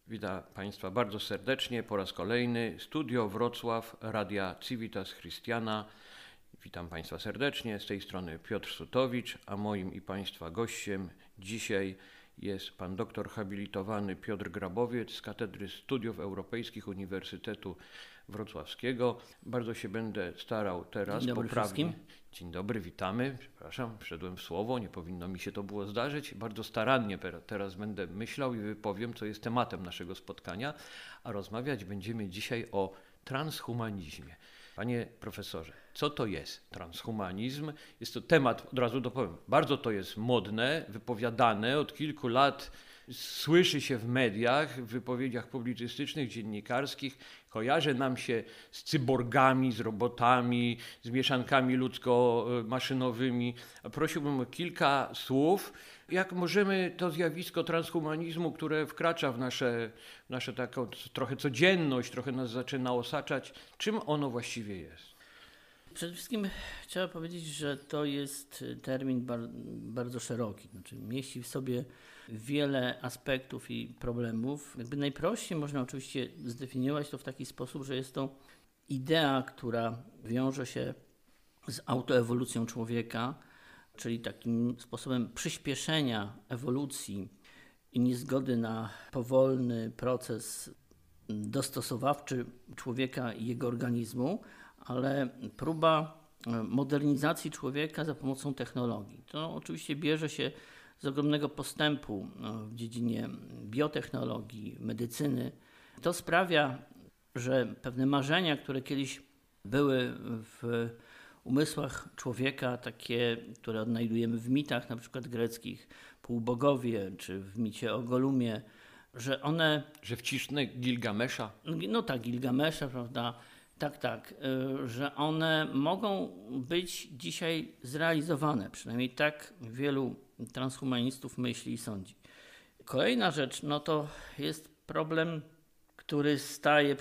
Witam Państwa bardzo serdecznie po raz kolejny. Studio Wrocław, Radia Civitas Christiana. Witam Państwa serdecznie. Z tej strony Piotr Sutowicz, a moim i Państwa gościem dzisiaj jest pan doktor habilitowany Piotr Grabowiec z Katedry Studiów Europejskich Uniwersytetu Wrocławskiego. Bardzo się będę starał teraz poprawnie. Dzień dobry, witamy. Przepraszam, wszedłem w słowo, nie powinno mi się to było zdarzyć. Bardzo starannie teraz będę myślał i wypowiem, co jest tematem naszego spotkania, a rozmawiać będziemy dzisiaj o transhumanizmie. Panie profesorze, co to jest transhumanizm? Jest to temat, od razu dopowiem, bardzo to jest modne, wypowiadane od kilku lat. Słyszy się w mediach, w wypowiedziach publicystycznych, dziennikarskich, kojarzy nam się z cyborgami, z robotami, z mieszankami ludzko-maszynowymi. Prosiłbym o kilka słów, jak możemy to zjawisko transhumanizmu, które wkracza w nasze taką trochę codzienność, trochę nas zaczyna osaczać, czym ono właściwie jest? Przede wszystkim trzeba powiedzieć, że to jest termin bardzo szeroki, znaczy mieści w sobie wiele aspektów i problemów. Najprościej można oczywiście zdefiniować to w taki sposób, że jest to idea, która wiąże się z autoewolucją człowieka, czyli takim sposobem przyspieszenia ewolucji i niezgody na powolny proces dostosowawczy człowieka i jego organizmu, ale próba modernizacji człowieka za pomocą technologii. To oczywiście bierze się z ogromnego postępu w dziedzinie biotechnologii, medycyny. To sprawia, że pewne marzenia, które kiedyś były w umysłach człowieka, takie, które odnajdujemy w mitach na przykład greckich, półbogowie, czy w micie o Golumie, że one... Że wcisnę Gilgamesza? No tak, Gilgamesza, prawda? Tak, że one mogą być dzisiaj zrealizowane. Przynajmniej tak wielu transhumanistów myśli i sądzi. Kolejna rzecz, no to jest problem, który stoi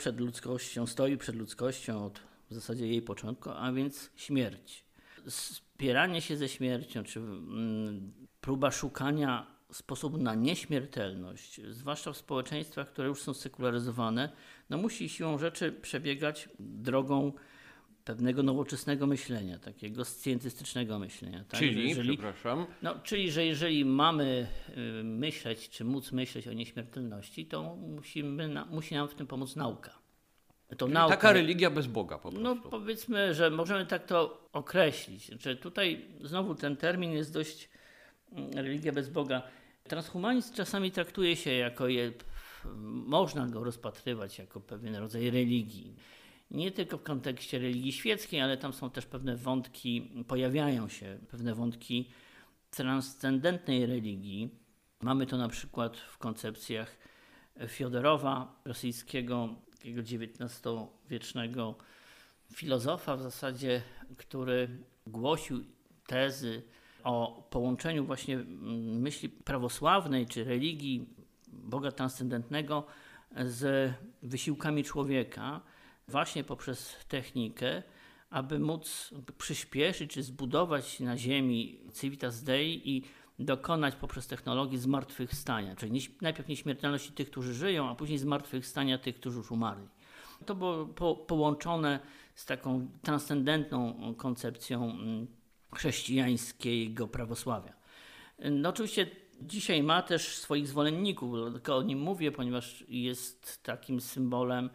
przed ludzkością od w zasadzie jej początku, a więc śmierć. Spieranie się ze śmiercią, czy próba szukania sposobu na nieśmiertelność, zwłaszcza w społeczeństwach, które już są sekularyzowane, no musi siłą rzeczy przebiegać drogą pewnego nowoczesnego myślenia, takiego scjentystycznego myślenia. Tak? Czyli, że jeżeli mamy myśleć, czy móc myśleć o nieśmiertelności, to musi nam w tym pomóc nauka. Taka religia bez Boga po prostu. No powiedzmy, że możemy tak to określić. Że tutaj znowu ten termin jest dość religia bez Boga. Transhumanizm czasami traktuje się można go rozpatrywać jako pewien rodzaj religii. Nie tylko w kontekście religii świeckiej, ale tam są też pewne wątki, pojawiają się pewne wątki transcendentnej religii. Mamy to na przykład w koncepcjach Fiodorowa, rosyjskiego, takiego XIX-wiecznego filozofa w zasadzie, który głosił tezy o połączeniu właśnie myśli prawosławnej czy religii Boga transcendentnego z wysiłkami człowieka właśnie poprzez technikę, aby móc przyspieszyć czy zbudować na ziemi Civitas Dei i dokonać poprzez technologię zmartwychwstania, czyli najpierw nieśmiertelności tych, którzy żyją, a później zmartwychwstania tych, którzy już umarli. To było połączone z taką transcendentną koncepcją chrześcijańskiego prawosławia. No oczywiście dzisiaj ma też swoich zwolenników, tylko o nim mówię, ponieważ jest takim symbolem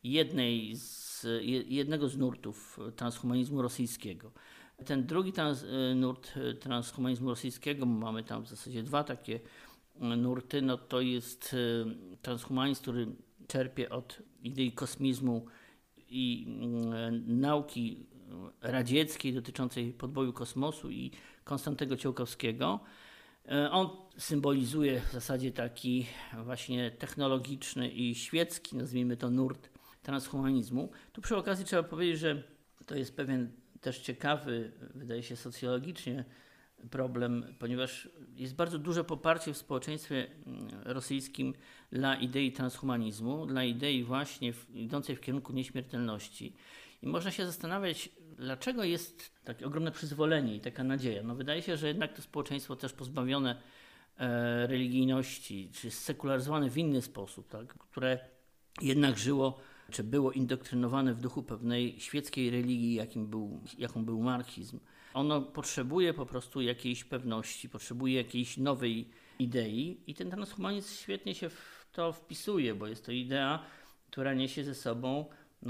jednego z nurtów transhumanizmu rosyjskiego. Ten drugi nurt transhumanizmu rosyjskiego, mamy tam w zasadzie dwa takie nurty, no to jest transhumanizm, który czerpie od idei kosmizmu i nauki radzieckiej dotyczącej podboju kosmosu i Konstantego Ciałkowskiego. On symbolizuje w zasadzie taki właśnie technologiczny i świecki, nazwijmy to, nurt transhumanizmu. Tu przy okazji trzeba powiedzieć, że to jest pewien też ciekawy, wydaje się socjologicznie, problem, ponieważ jest bardzo duże poparcie w społeczeństwie rosyjskim dla idei transhumanizmu, dla idei właśnie idącej w kierunku nieśmiertelności. I można się zastanawiać, dlaczego jest takie ogromne przyzwolenie i taka nadzieja. No wydaje się, że jednak to społeczeństwo też pozbawione religijności, czy sekularyzowane w inny sposób, tak, które jednak żyło, czy było indoktrynowane w duchu pewnej świeckiej religii, jaką był marksizm. Ono potrzebuje po prostu jakiejś pewności, potrzebuje jakiejś nowej idei i ten transhumanizm świetnie się w to wpisuje, bo jest to idea, która niesie ze sobą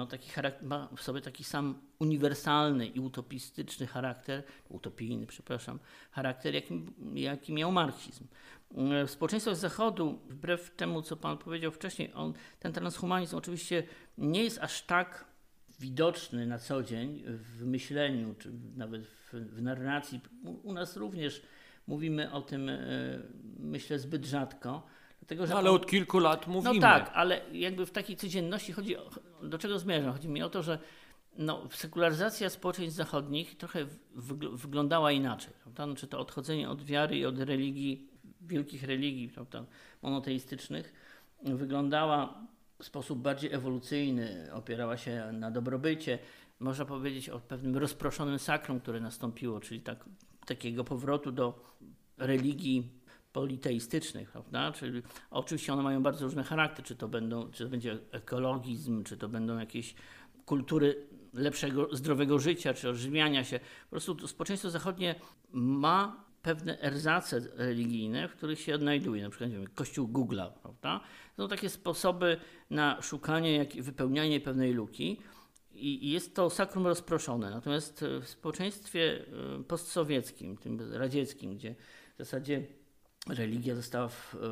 ma w sobie taki sam uniwersalny i utopistyczny utopijny charakter, jaki miał marksizm. W społeczeństwach Zachodu, wbrew temu, co Pan powiedział wcześniej, ten transhumanizm oczywiście nie jest aż tak widoczny na co dzień w myśleniu, czy nawet w narracji. U nas również mówimy o tym, myślę, zbyt rzadko. Dlatego, że ale od kilku lat mówimy. No tak, ale jakby w takiej codzienności do czego zmierzam? Chodzi mi o to, że sekularyzacja społeczeństw zachodnich trochę wyglądała inaczej. Prawda? Znaczy to odchodzenie od wiary i od religii, wielkich religii, prawda, monoteistycznych, wyglądała w sposób bardziej ewolucyjny, opierała się na dobrobycie. Można powiedzieć o pewnym rozproszonym sakrum, które nastąpiło, czyli takiego powrotu do religii politeistycznych, prawda? Czyli oczywiście one mają bardzo różny charakter, czy to będzie ekologizm, czy to będą jakieś kultury lepszego, zdrowego życia, czy odżywiania się. Po prostu to społeczeństwo zachodnie ma pewne erzace religijne, w których się odnajduje, na przykład kościół Google'a, prawda? To są takie sposoby na szukanie, wypełnianie pewnej luki i jest to sakrum rozproszone. Natomiast w społeczeństwie postsowieckim, tym radzieckim, gdzie w zasadzie religia została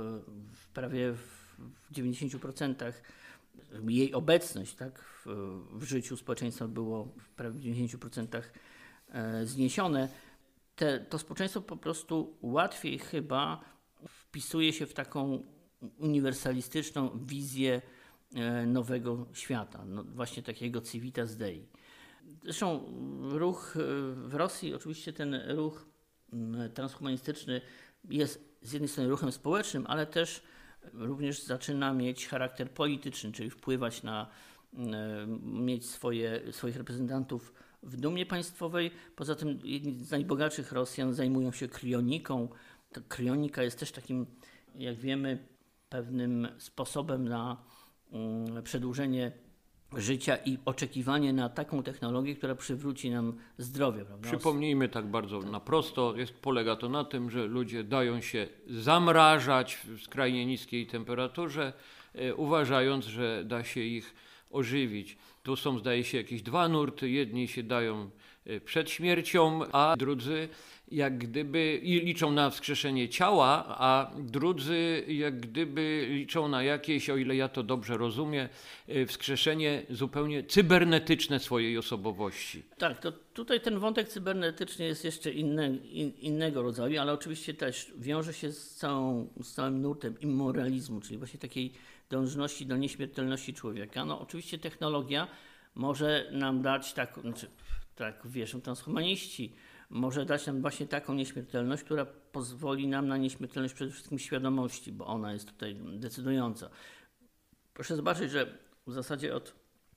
prawie w 90%, jej obecność, tak, w życiu społeczeństwa było w prawie 90% zniesione. To społeczeństwo po prostu łatwiej chyba wpisuje się w taką uniwersalistyczną wizję nowego świata, właśnie takiego civitas Dei. Zresztą ruch w Rosji, oczywiście ten ruch transhumanistyczny jest z jednej strony ruchem społecznym, ale też również zaczyna mieć charakter polityczny, czyli wpływać mieć swoich reprezentantów w Dumie Państwowej. Poza tym jedni z najbogatszych Rosjan zajmują się kryoniką. Ta kryonika jest też takim, jak wiemy, pewnym sposobem na przedłużenie życia i oczekiwanie na taką technologię, która przywróci nam zdrowie. Prawda? Przypomnijmy tak bardzo na prosto, polega to na tym, że ludzie dają się zamrażać w skrajnie niskiej temperaturze, uważając, że da się ich ożywić. Tu są, zdaje się, jakieś dwa nurty. Jedni się dają przed śmiercią, a drudzy jak gdyby liczą na wskrzeszenie ciała, a drudzy jak gdyby liczą na jakieś, o ile ja to dobrze rozumiem, wskrzeszenie zupełnie cybernetyczne swojej osobowości. Tak, to tutaj ten wątek cybernetyczny jest jeszcze innego rodzaju, ale oczywiście też wiąże się z całym nurtem immoralizmu, czyli właśnie takiej dążności do nieśmiertelności człowieka. No oczywiście technologia może nam dać tak wierzą transhumaniści, może dać nam właśnie taką nieśmiertelność, która pozwoli nam na nieśmiertelność przede wszystkim świadomości, bo ona jest tutaj decydująca. Proszę zobaczyć, że w zasadzie od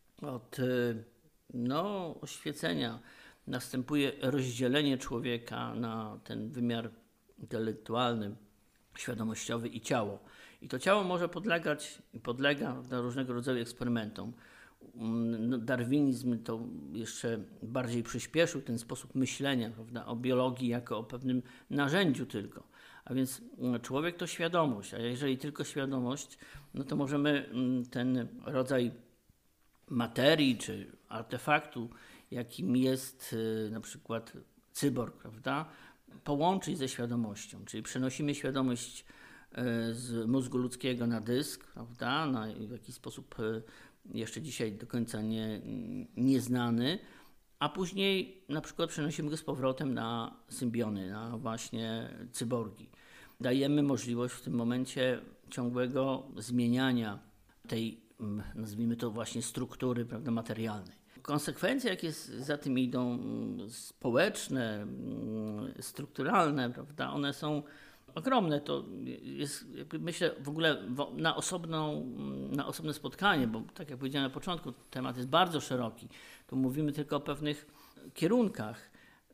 oświecenia następuje rozdzielenie człowieka na ten wymiar intelektualny, świadomościowy i ciało. I to ciało może podlega różnego rodzaju eksperymentom. Darwinizm to jeszcze bardziej przyspieszył ten sposób myślenia, prawda, o biologii jako o pewnym narzędziu tylko. A więc człowiek to świadomość, a jeżeli tylko świadomość, no to możemy ten rodzaj materii czy artefaktu, jakim jest na przykład cyborg, prawda, połączyć ze świadomością, czyli przenosimy świadomość z mózgu ludzkiego na dysk, prawda, w jakiś sposób jeszcze dzisiaj do końca nieznany, a później na przykład przenosimy go z powrotem na symbiony, na właśnie cyborgi. Dajemy możliwość w tym momencie ciągłego zmieniania tej, nazwijmy to właśnie, struktury, prawda, materialnej. Konsekwencje, jakie za tym idą, społeczne, strukturalne, prawda, one są ogromne. To jest, myślę, w ogóle na osobne spotkanie, bo tak jak powiedziałem na początku, temat jest bardzo szeroki. Tu mówimy tylko o pewnych kierunkach.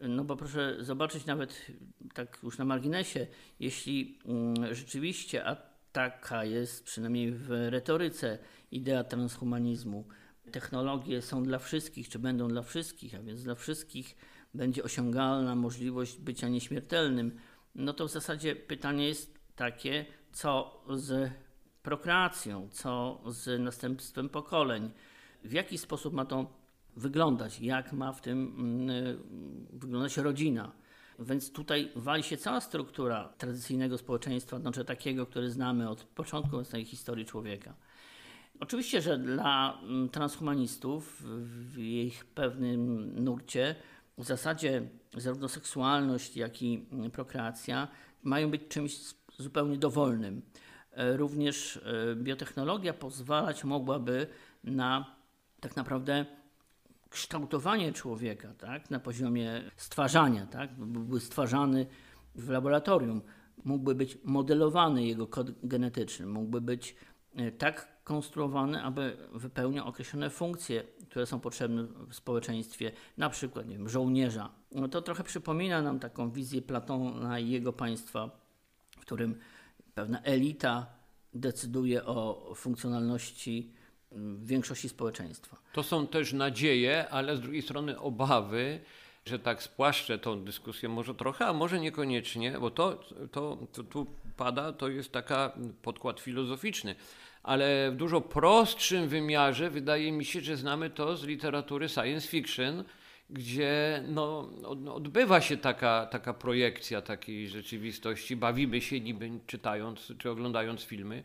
No bo proszę zobaczyć nawet tak już na marginesie, jeśli rzeczywiście, a taka jest przynajmniej w retoryce idea transhumanizmu, technologie są dla wszystkich, czy będą dla wszystkich, a więc dla wszystkich będzie osiągalna możliwość bycia nieśmiertelnym, no to w zasadzie pytanie jest takie, co z prokreacją, co z następstwem pokoleń, w jaki sposób ma to wyglądać, jak ma w tym wyglądać rodzina. Więc tutaj wali się cała struktura tradycyjnego społeczeństwa, znaczy takiego, które znamy od początku tej historii człowieka. Oczywiście, że dla transhumanistów w ich pewnym nurcie w zasadzie zarówno seksualność, jak i prokreacja mają być czymś zupełnie dowolnym. Również biotechnologia pozwalać mogłaby na tak naprawdę kształtowanie człowieka, tak, na poziomie stwarzania, tak, byłby stwarzany w laboratorium, mógłby być modelowany jego kod genetyczny, mógłby być tak konstruowany, aby wypełniał określone funkcje, które są potrzebne w społeczeństwie, na przykład nie wiem, żołnierza. No to trochę przypomina nam taką wizję Platona i jego państwa, w którym pewna elita decyduje o funkcjonalności większości społeczeństwa. To są też nadzieje, ale z drugiej strony obawy, że tak spłaszczę tą dyskusję może trochę, a może niekoniecznie, bo to tu pada, to jest taka podkład filozoficzny, ale w dużo prostszym wymiarze wydaje mi się, że znamy to z literatury science fiction, gdzie odbywa się taka projekcja takiej rzeczywistości, bawimy się niby czytając czy oglądając filmy,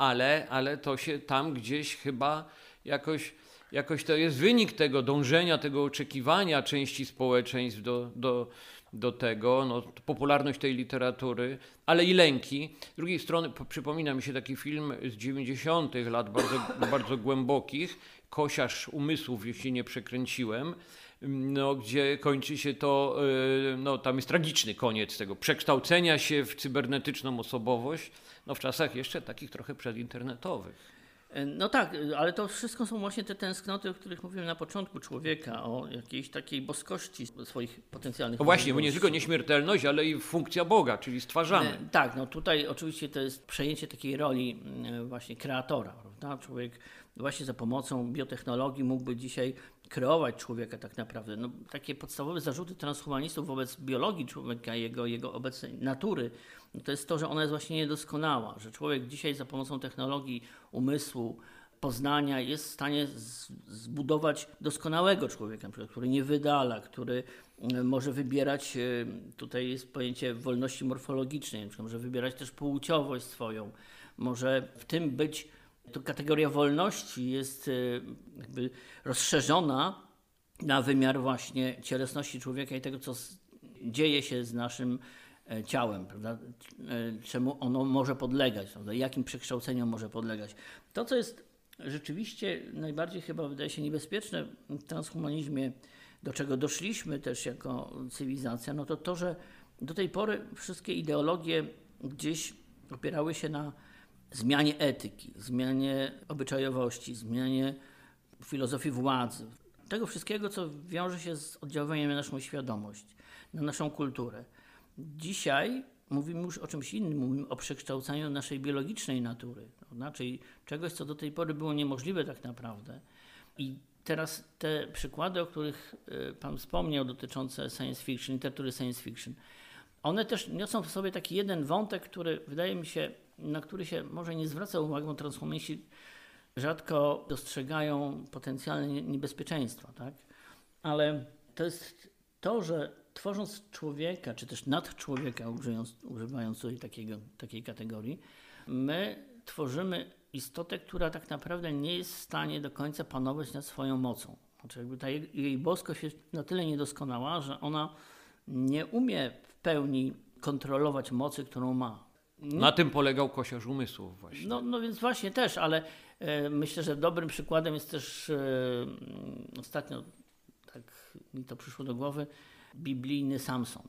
ale to się tam gdzieś chyba jakoś to jest wynik tego dążenia, tego oczekiwania części społeczeństw do tego, popularność tej literatury, ale i lęki. Z drugiej strony przypomina mi się taki film z 90. lat, bardzo, bardzo głębokich, Kosiarz umysłów, jeśli nie przekręciłem, gdzie kończy się to, tam jest tragiczny koniec tego przekształcenia się w cybernetyczną osobowość, w czasach jeszcze takich trochę przedinternetowych. No tak, ale to wszystko są właśnie te tęsknoty, o których mówiłem na początku człowieka, o jakiejś takiej boskości swoich potencjalnych. No właśnie, bo nie tylko nieśmiertelność, ale i funkcja Boga, czyli stwarzamy. Tak, tutaj oczywiście to jest przejęcie takiej roli właśnie kreatora, prawda? Człowiek właśnie za pomocą biotechnologii mógłby dzisiaj kreować człowieka tak naprawdę. Takie podstawowe zarzuty transhumanistów wobec biologii człowieka, jego obecnej natury, to jest to, że ona jest właśnie niedoskonała, że człowiek dzisiaj za pomocą technologii umysłu, poznania jest w stanie zbudować doskonałego człowieka, który nie wydala, który może wybierać, tutaj jest pojęcie wolności morfologicznej, może wybierać też płciowość swoją, może w tym być, to kategoria wolności jest jakby rozszerzona na wymiar właśnie cielesności człowieka i tego, co dzieje się z naszym ciałem, prawda? Czemu ono może podlegać, prawda? Jakim przekształceniom może podlegać. To, co jest rzeczywiście najbardziej chyba wydaje się niebezpieczne w transhumanizmie, do czego doszliśmy też jako cywilizacja, to, że do tej pory wszystkie ideologie gdzieś opierały się na zmianie etyki, zmianie obyczajowości, zmianie filozofii władzy. Tego wszystkiego, co wiąże się z oddziaływaniem na naszą świadomość, na naszą kulturę. Dzisiaj mówimy już o czymś innym, mówimy o przekształcaniu naszej biologicznej natury, prawda? Czyli czegoś, co do tej pory było niemożliwe tak naprawdę. I teraz te przykłady, o których Pan wspomniał, dotyczące science fiction, literatury science fiction, one też niosą w sobie taki jeden wątek, który wydaje mi się, na który się może nie zwraca uwagi, bo transhumaniści rzadko dostrzegają potencjalne niebezpieczeństwa, tak? Ale to jest to, że tworząc człowieka, czy też nadczłowieka, używając tutaj takiej kategorii, my tworzymy istotę, która tak naprawdę nie jest w stanie do końca panować nad swoją mocą. Znaczy jakby ta jej boskość jest na tyle niedoskonała, że ona nie umie w pełni kontrolować mocy, którą ma. Na tym polegał Kosiarz umysłów właśnie. No więc właśnie też, ale myślę, że dobrym przykładem jest też ostatnio, tak mi to przyszło do głowy, biblijny Samson,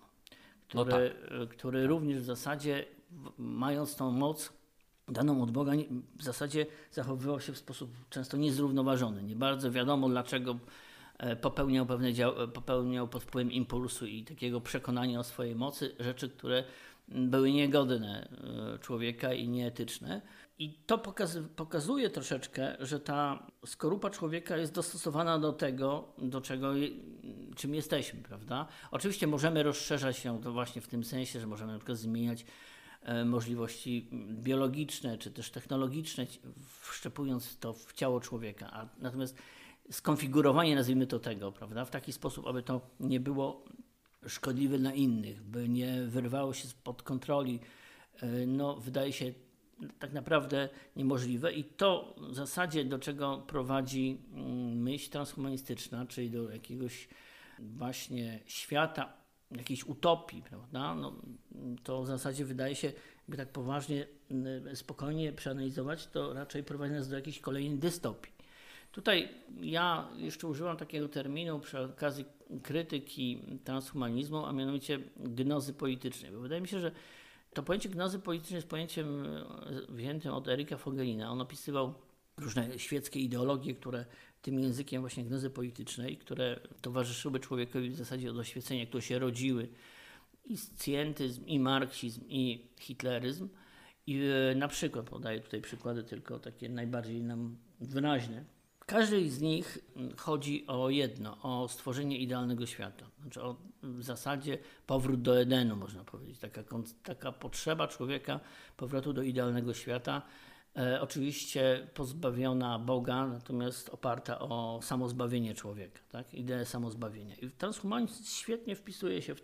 który również w zasadzie, mając tą moc daną od Boga, w zasadzie zachowywał się w sposób często niezrównoważony. Nie bardzo wiadomo, dlaczego popełniał pod wpływem impulsu i takiego przekonania o swojej mocy rzeczy, które były niegodne człowieka i nieetyczne. I to pokazuje troszeczkę, że ta skorupa człowieka jest dostosowana do tego, czym jesteśmy, prawda? Oczywiście możemy rozszerzać ją to właśnie w tym sensie, że możemy na przykład zmieniać możliwości biologiczne czy też technologiczne, wszczepując to w ciało człowieka. Natomiast skonfigurowanie, nazwijmy to tego, prawda, w taki sposób, aby to nie było szkodliwe dla innych, by nie wyrwało się spod kontroli, wydaje się tak naprawdę niemożliwe i to w zasadzie do czego prowadzi myśl transhumanistyczna, czyli do jakiegoś właśnie świata, jakiejś utopii, prawda? To w zasadzie wydaje się, jakby tak poważnie, spokojnie przeanalizować, to raczej prowadzi nas do jakiejś kolejnej dystopii. Tutaj ja jeszcze używam takiego terminu przy okazji krytyki transhumanizmu, a mianowicie gnozy politycznej, bo wydaje mi się, że to pojęcie gnozy politycznej jest pojęciem wziętym od Erika Vogelina. On opisywał różne świeckie ideologie, które tym językiem właśnie gnozy politycznej, które towarzyszyły człowiekowi w zasadzie od oświecenia, które się rodziły, i scjentyzm, i marksizm, i hitleryzm. I na przykład, podaję tutaj przykłady tylko takie najbardziej nam wyraźne. W każdej z nich chodzi o jedno, o stworzenie idealnego świata. Znaczy w zasadzie powrót do Edenu, można powiedzieć. Taka potrzeba człowieka powrotu do idealnego świata. Oczywiście pozbawiona Boga, natomiast oparta o samozbawienie człowieka, tak? Ideę samozbawienia. I transhumanizm świetnie wpisuje się w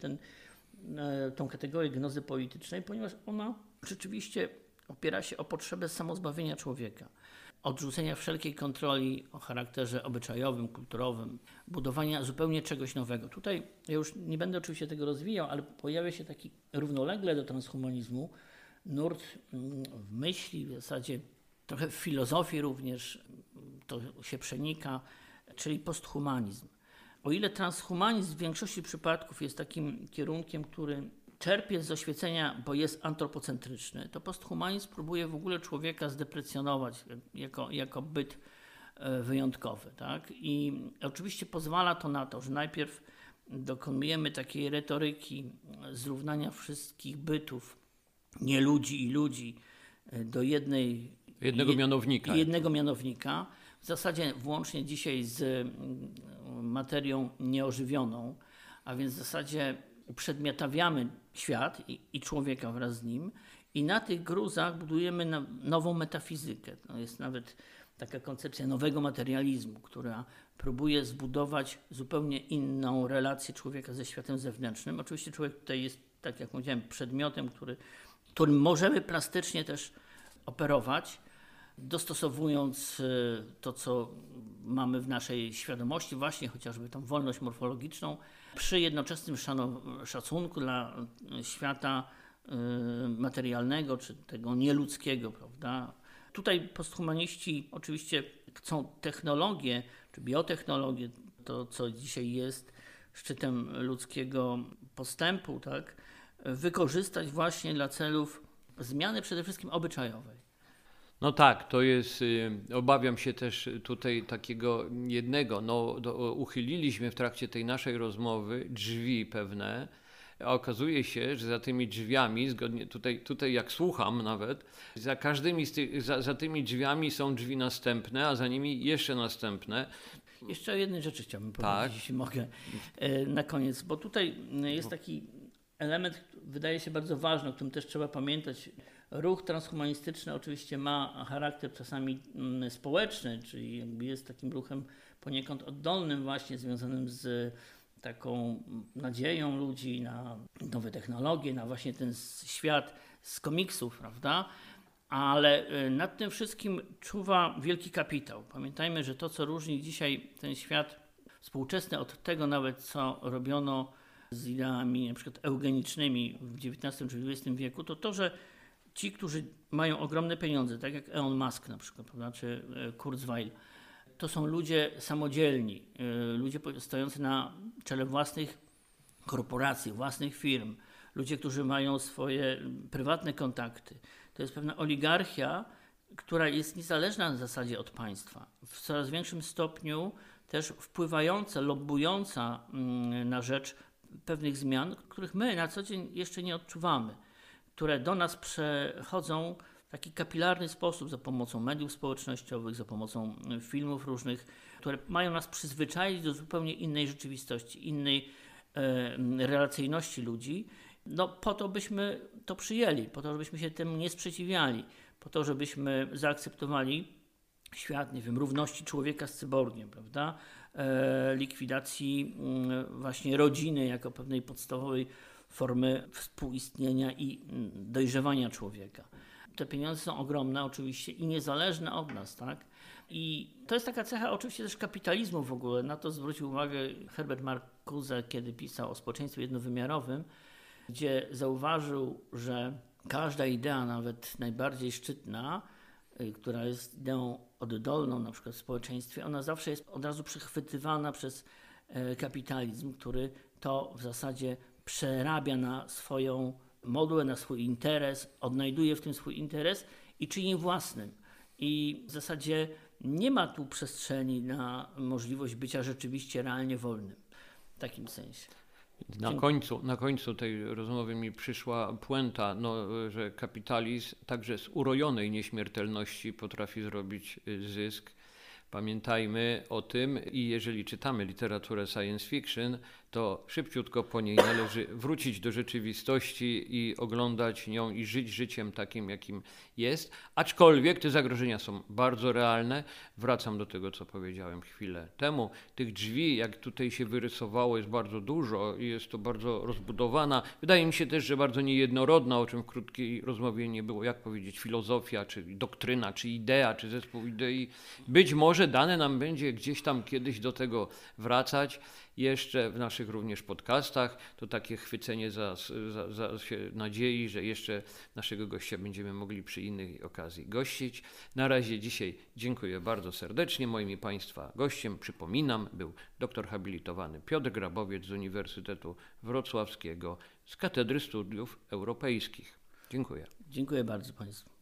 tą kategorię gnozy politycznej, ponieważ ona rzeczywiście opiera się o potrzebę samozbawienia człowieka, odrzucenia wszelkiej kontroli o charakterze obyczajowym, kulturowym, budowania zupełnie czegoś nowego. Tutaj ja już nie będę oczywiście tego rozwijał, ale pojawia się taki równolegle do transhumanizmu nurt w myśli, w zasadzie trochę w filozofii również to się przenika, czyli posthumanizm. O ile transhumanizm w większości przypadków jest takim kierunkiem, który czerpie z oświecenia, bo jest antropocentryczny, to posthumanizm próbuje w ogóle człowieka zdeprecjonować jako byt wyjątkowy. Tak? I oczywiście pozwala to na to, że najpierw dokonujemy takiej retoryki zrównania wszystkich bytów, nie ludzi i ludzi, do jednego mianownika. W zasadzie włącznie dzisiaj z materią nieożywioną, a więc w zasadzie uprzedmiotawiamy świat i człowieka wraz z nim i na tych gruzach budujemy nową metafizykę. To jest nawet taka koncepcja nowego materializmu, która próbuje zbudować zupełnie inną relację człowieka ze światem zewnętrznym. Oczywiście człowiek tutaj jest, tak jak powiedziałem, przedmiotem, którym możemy plastycznie też operować, dostosowując to, co mamy w naszej świadomości, właśnie chociażby tą wolność morfologiczną, przy jednoczesnym szacunku dla świata materialnego, czy tego nieludzkiego, prawda? Tutaj posthumaniści oczywiście chcą technologię, czy biotechnologię, to co dzisiaj jest szczytem ludzkiego postępu, tak? Wykorzystać właśnie dla celów zmiany przede wszystkim obyczajowej. No tak, to jest, obawiam się też tutaj takiego jednego, uchyliliśmy w trakcie tej naszej rozmowy drzwi pewne, a okazuje się, że za tymi drzwiami, zgodnie tutaj jak słucham nawet, za każdymi za tymi drzwiami są drzwi następne, a za nimi jeszcze następne. Jeszcze o jednej rzeczy chciałbym powiedzieć, jeśli mogę, na koniec, bo tutaj jest taki element, wydaje się bardzo ważny, o którym też trzeba pamiętać. Ruch transhumanistyczny oczywiście ma charakter czasami społeczny, czyli jakby jest takim ruchem poniekąd oddolnym właśnie, związanym z taką nadzieją ludzi na nowe technologie, na właśnie ten świat z komiksów, prawda? Ale nad tym wszystkim czuwa wielki kapitał. Pamiętajmy, że to, co różni dzisiaj ten świat współczesny od tego nawet, co robiono z ideami na przykład eugenicznymi w XIX czy XX wieku, to to, że ci, którzy mają ogromne pieniądze, tak jak Elon Musk na przykład, prawda, czy Kurzweil, to są ludzie samodzielni, ludzie stojący na czele własnych korporacji, własnych firm, ludzie, którzy mają swoje prywatne kontakty. To jest pewna oligarchia, która jest niezależna w zasadzie od państwa. W coraz większym stopniu też wpływająca, lobbująca na rzecz pewnych zmian, których my na co dzień jeszcze nie odczuwamy, które do nas przechodzą w taki kapilarny sposób za pomocą mediów społecznościowych, za pomocą filmów różnych, które mają nas przyzwyczaić do zupełnie innej rzeczywistości, innej relacyjności ludzi, no po to byśmy to przyjęli, po to, żebyśmy się temu nie sprzeciwiali, po to, żebyśmy zaakceptowali świat, nie wiem, równości człowieka z cyborgiem, prawda? Likwidacji właśnie rodziny jako pewnej podstawowej formy współistnienia i dojrzewania człowieka. Te pieniądze są ogromne oczywiście i niezależne od nas, tak? I to jest taka cecha oczywiście też kapitalizmu w ogóle. Na to zwrócił uwagę Herbert Marcuse, kiedy pisał o społeczeństwie jednowymiarowym, gdzie zauważył, że każda idea, nawet najbardziej szczytna, która jest ideą oddolną na przykład w społeczeństwie, ona zawsze jest od razu przechwytywana przez kapitalizm, który to w zasadzie przerabia na swoją modłę, na swój interes, odnajduje w tym swój interes i czyni własnym. I w zasadzie nie ma tu przestrzeni na możliwość bycia rzeczywiście realnie wolnym w takim sensie. Na końcu tej rozmowy mi przyszła puenta, że kapitalizm także z urojonej nieśmiertelności potrafi zrobić zysk. Pamiętajmy o tym i jeżeli czytamy literaturę science fiction, to szybciutko po niej należy wrócić do rzeczywistości i oglądać ją i żyć życiem takim, jakim jest. Aczkolwiek te zagrożenia są bardzo realne. Wracam do tego, co powiedziałem chwilę temu. Tych drzwi, jak tutaj się wyrysowało, jest bardzo dużo i jest to bardzo rozbudowana. Wydaje mi się też, że bardzo niejednorodna, o czym w krótkiej rozmowie nie było, jak powiedzieć, filozofia, czy doktryna, czy idea, czy zespół idei. Być może dane nam będzie gdzieś tam kiedyś do tego wracać. Jeszcze w naszych również podcastach, to takie chwycenie za nadziei, że jeszcze naszego gościa będziemy mogli przy innej okazji gościć. Na razie dzisiaj dziękuję bardzo serdecznie. Moim i Państwa gościem, przypominam, był doktor habilitowany Piotr Grabowiec z Uniwersytetu Wrocławskiego z Katedry Studiów Europejskich. Dziękuję. Dziękuję bardzo Państwu.